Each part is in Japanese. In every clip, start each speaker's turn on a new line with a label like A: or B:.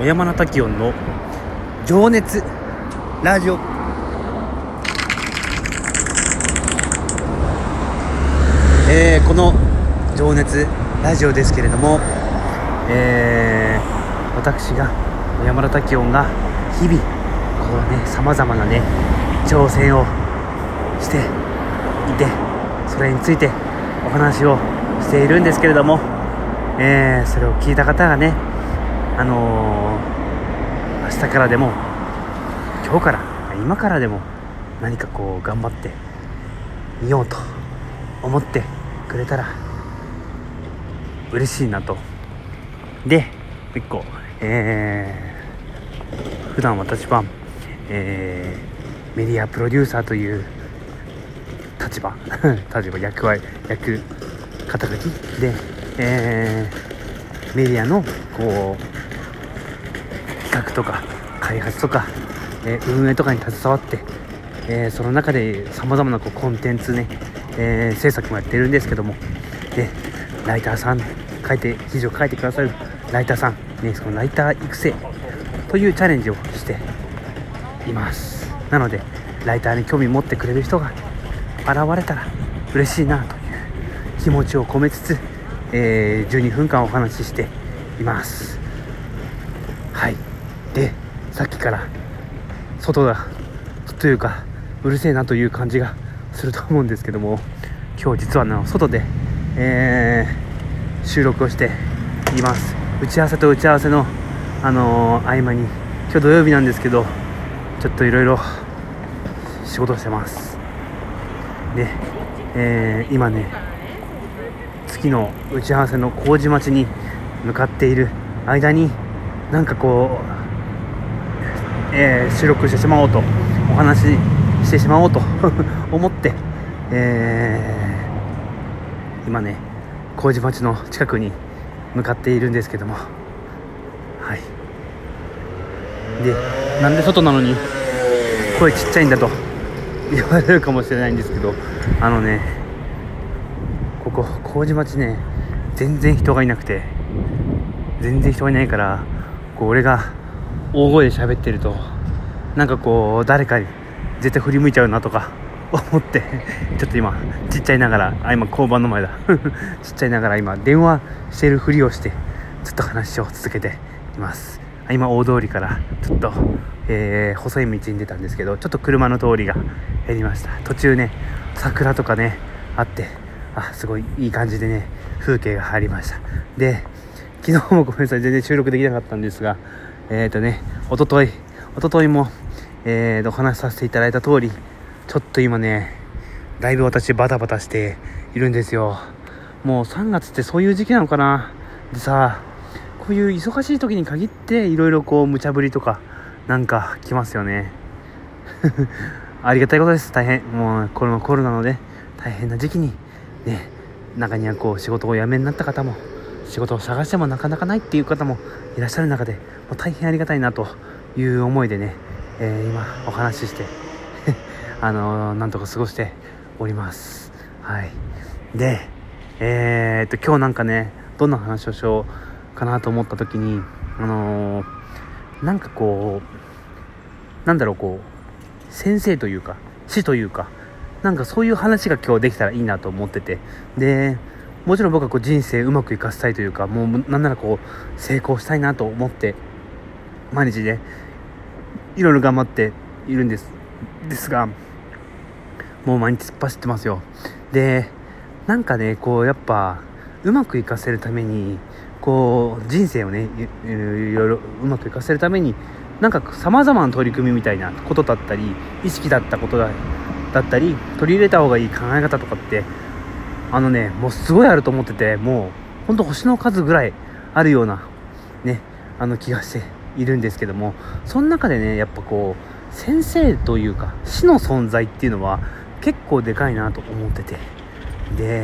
A: 小山田滝音の情熱ラジオ。この情熱ラジオですけれども、私が小山田滝音が日々こうね、様々なね挑戦をしていて、それについてお話をしているんですけれども、それを聞いた方がね、明日からでも今日から今からでも何かこう頑張ってみようと思ってくれたら嬉しいなと。で、一個、普段私は、メディアプロデューサーという立場役肩書きで、メディアのこう企画とか開発とか、運営とかに携わって、その中で様々なこうコンテンツね、制作もやってるんですけども、でライターさん記事を書いてくださるライターさん、ね、そのライター育成というチャレンジをしています。なのでライターに興味持ってくれる人が現れたら嬉しいなという気持ちを込めつつ、12分間お話ししています。はい。で、さっきから外というかうるせえなという感じがすると思うんですけども、今日実は外で、収録をしています。打ち合わせと打ち合わせの、合間に、今日土曜日なんですけど、ちょっといろいろ仕事してます。で、今ね、次の打ち合わせの麹町に向かっている間に、なんかこう、収録してしまおうと、お話ししてしまおうと思って、今ね麹町の近くに向かっているんですけども、はい。で、なんで外なのに声ちっちゃいんだと言われるかもしれないんですけど、ここ麹町ね、全然人がいなくて、全然人がいないから、こう俺が大声で喋ってるとなんかこう誰かに絶対振り向いちゃうなとか思ってちょっと今ちっちゃいながら今交番の前だちっちゃいながら今電話してるふりをしてずっと話を続けています。今大通りからちょっと、細い道に出たんですけど、ちょっと車の通りが減りました。途中ね桜とかねあって、すごいいい感じでね風景が入りました。で、昨日もごめんなさい、全然収録できなかったんですが、おとといも、お話しさせていただいた通り、ちょっと今ねだいぶ私バタバタしているんですよ。もう3月ってそういう時期なのかな。でさ、こういう忙しい時に限っていろいろこう無茶ぶりとかなんか来ますよねありがたいことです。大変もうコロナので大変な時期にね、中にはこう仕事を辞めになった方も、仕事を探してもなかなかないっていう方もいらっしゃる中で、もう大変ありがたいなという思いでね、今お話ししてなんとか過ごしております。はい。で、今日なんかね、どんな話をしようかなと思った時に、なんかこう先生というか師というか、なんかそういう話が今日できたらいいなと思ってて、でもちろん僕はこう人生うまくいかせたいというか、もうなんならこう成功したいなと思って毎日ねいろいろ頑張っているんですが、もう毎日突っ走ってますよ。で、なんかねこうやっぱうまくいかせるために、こう人生をねいろいろうまくいかせるために、なんか様々な取り組みみたいなことだったり、意識だったことだったり、取り入れた方がいい考え方とかってもうすごいあると思ってて、もうほんと星の数ぐらいあるようなね気がしているんですけども、その中でねやっぱこう先生というか師の存在っていうのは結構でかいなと思ってて、で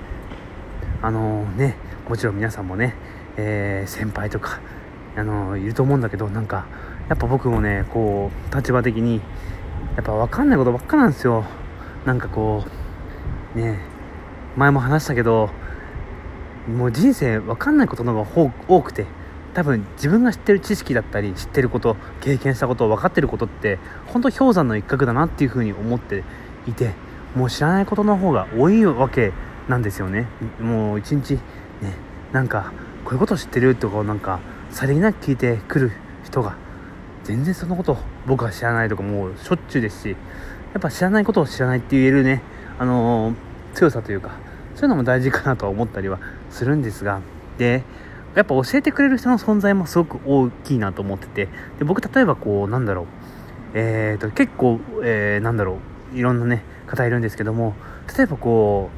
A: もちろん皆さんもね、先輩とかいると思うんだけど、なんかやっぱ僕もねこう立場的にやっぱ分かんないことばっかなんですよ。なんかこうね、前も話したけど、もう人生分かんないことの方が多くて、 多分自分が知ってる知識だったり知ってること経験したこと分かってることって本当氷山の一角だなっていうふうに思っていて、もう知らないことの方が多いわけなんですよね。もう一日ね、なんかこういうこと知ってるとかなんかさりげなく聞いてくる人が全然そのこと僕は知らないとかもうしょっちゅうですし、やっぱ知らないことを知らないって言えるね、強さというかそういうのも大事かなとは思ったりはするんですが、でやっぱ教えてくれる人の存在もすごく大きいなと思ってて、で僕例えばこう結構、いろんなね方いるんですけども、例えばこ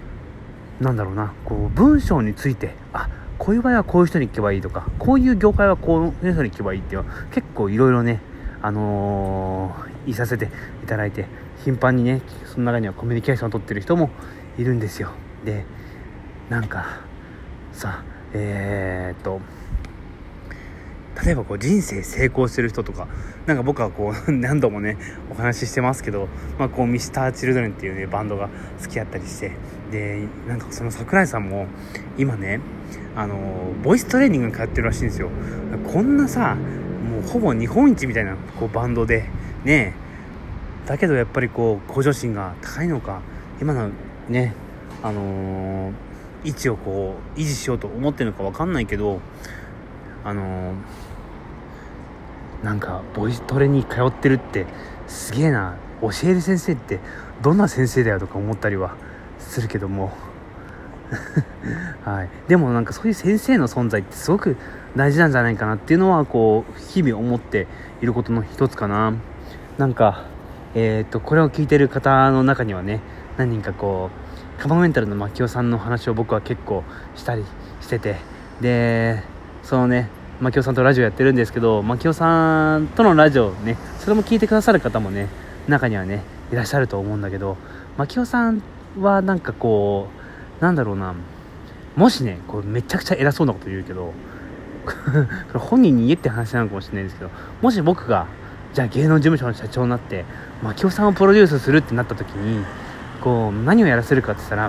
A: う文章についてこういう場合はこういう人に行けばいいとか、こういう業界はこういう人に行けばいいっていうのは結構いろいろね言いさせていただいて、頻繁にねその中にはコミュニケーションを取ってる人もいるんですよ。でなんかさ例えばこう人生成功してる人とかなんか僕はこう何度もねお話ししてますけど、こうミスターチルドレンっていうねバンドが好きだったりして、でなんかその桜井さんも今ねボイストレーニングに通ってるらしいんですよ。こんなさもうほぼ日本一みたいなこうバンドでね、だけどやっぱりこう向上心が高いのか今のね位置をこう維持しようと思ってるのか分かんないけど、なんかボイストレに通ってるってすげえな、教える先生ってどんな先生だよとか思ったりはするけどもはい、でもなんかそういう先生の存在ってすごく大事なんじゃないかなっていうのはこう日々思っていることの一つかな。なんかこれを聞いてる方の中にはね何人かこうカモメンタルの牧雄さんの話を僕は結構したりしてて、でそのね牧雄さんとラジオやってるんですけど、牧雄さんとのラジオねそれも聞いてくださる方もね中にはねいらっしゃると思うんだけど、牧雄さんはなんかこうもしねこうめちゃくちゃ偉そうなこと言うけど本人に言えって話なのかもしれないんですけど、もし僕がじゃあ芸能事務所の社長になって牧雄さんをプロデュースするってなった時にこう何をやらせるかって言ったら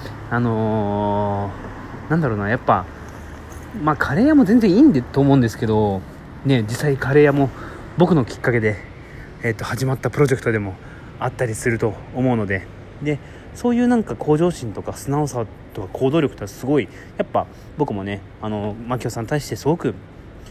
A: やっぱカレー屋も全然いいんでと思うんですけどね、実際カレー屋も僕のきっかけで始まったプロジェクトでもあったりすると思うので、そういうなんか向上心とか素直さとか行動力とはすごいやっぱ僕もね牧雄さんに対してすごく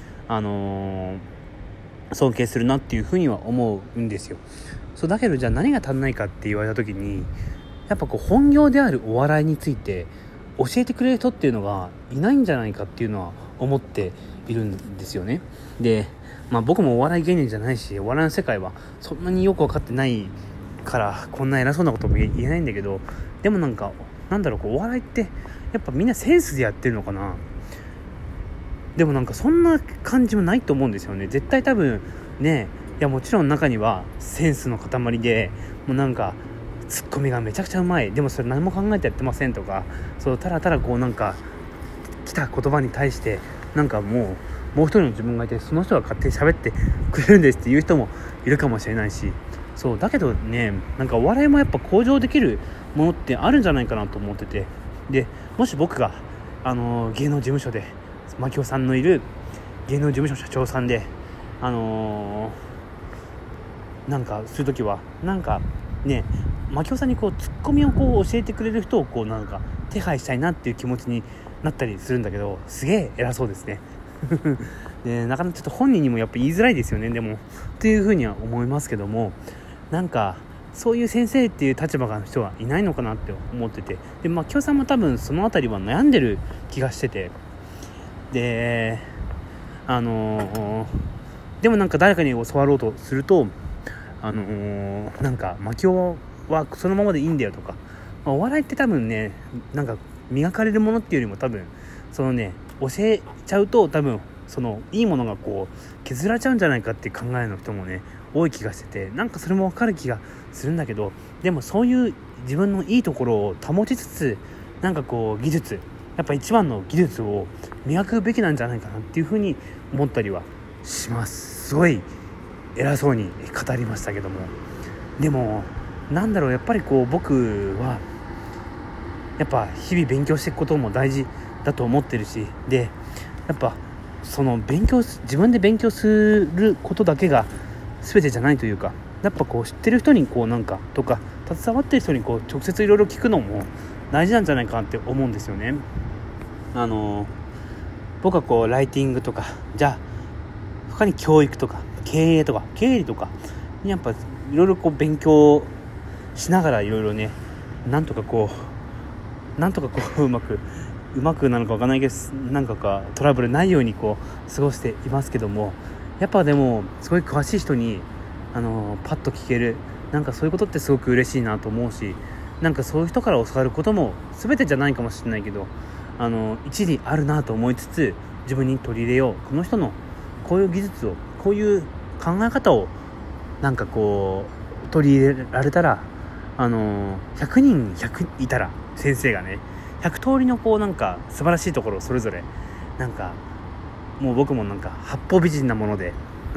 A: 尊敬するなっていうふうには思うんですよ。そうだけどじゃあ何が足んないかって言われた時にやっぱこう本業であるお笑いについて教えてくれる人っていうのがいないんじゃないかっていうのは思っているんですよね。で僕もお笑い芸人じゃないしお笑いの世界はそんなによく分かってないからこんな偉そうなことも言えないんだけど、でもこうお笑いってやっぱみんなセンスでやってるのかな。でもそんな感じもないと思うんですよね。絶対多分ね、いやもちろん中にはセンスの塊でもうツッコミがめちゃくちゃうまい、でもそれ何も考えてやってませんとか、そうただただこう来た言葉に対してもう一人の自分がいてその人が勝手に喋ってくれるんですっていう人もいるかもしれないし、そうだけどねお笑いもやっぱ向上できるものってあるんじゃないかなと思ってて、でもし僕が芸能事務所で牧雄さんのいる芸能事務所社長さんでするときは牧雄さんにこうツッコミをこう教えてくれる人をこう手配したいなっていう気持ちになったりするんだけど、すげえ偉そうですねでなかなかちょっと本人にもやっぱ言いづらいですよね。でもっていうふうには思いますけども、そういう先生っていう立場の人はいないのかなって思ってて、で牧雄さんも多分そのあたりは悩んでる気がしてて、ででも誰かに教わろうとすると牧雄はそのままでいいんだよとか、お笑いって多分ね磨かれるものっていうよりも多分教えちゃうと多分いいものがこう削られちゃうんじゃないかっていう考えの人もね多い気がしてて、それも分かる気がするんだけど、でもそういう自分のいいところを保ちつつ技術やっぱ一番の技術を磨くべきなんじゃないかなっていうふうに思ったりはします。すごい偉そうに語りましたけども、でもやっぱりこう僕はやっぱ日々勉強していくことも大事だと思ってるし、でやっぱその自分で勉強することだけが全てじゃないというか、やっぱこう知ってる人にこうなんかとか携わってる人にこう直接いろいろ聞くのも大事なんじゃないかなって思うんですよね。僕はこうライティングとか、じゃあ他に教育とか経営とか経理とかにやっぱいろいろこう勉強しながらいろいろね、なんとかこううまくなのかわかんないけど、なんかトラブルないようにこう過ごしていますけども、やっぱでもすごい詳しい人にパッと聞ける、なんかそういうことってすごく嬉しいなと思うし、なんかそういう人から教わることも全てじゃないかもしれないけど、一理あるなと思いつつ、自分に取り入れよう、この人のこういう技術を、こういう考え方をなんかこう取り入れられたら、100人いたら先生がね100通りのこうなんか素晴らしいところをそれぞれなんかもう僕もなんか八方美人なもので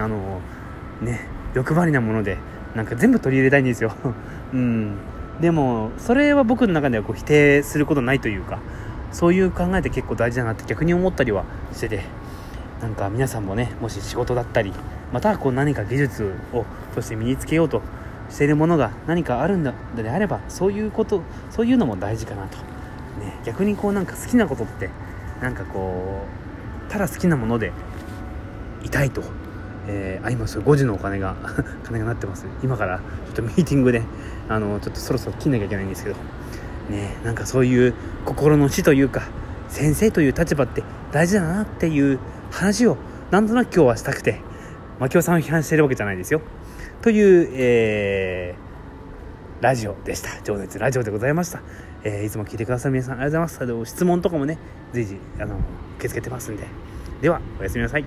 A: 欲張りなものでなんか全部取り入れたいんですよでもそれは僕の中ではこう否定することないというか、そういう考えって結構大事だなって逆に思ったりはしてて、なんか皆さんもね、もし仕事だったりまたはこう何か技術をとして身につけようとしているものが何かあるんだであれば、そういうのも大事かなと、逆にこうなんか好きなことってなんかこうただ好きなものでいたいと、今それ5時の金が鳴ってます。今からちょっとミーティングでちょっとそろそろ切んなきゃいけないんですけどね、なんかそういう心の師というか先生という立場って大事だなっていう話をなんとなく今日はしたくて、牧雄さんを批判してるわけじゃないですよという、ラジオでした。情熱ラジオでございました。いつも聞いてくださる皆さんありがとうございます。質問とかもね随時受け付けてますんで、ではおやすみなさい。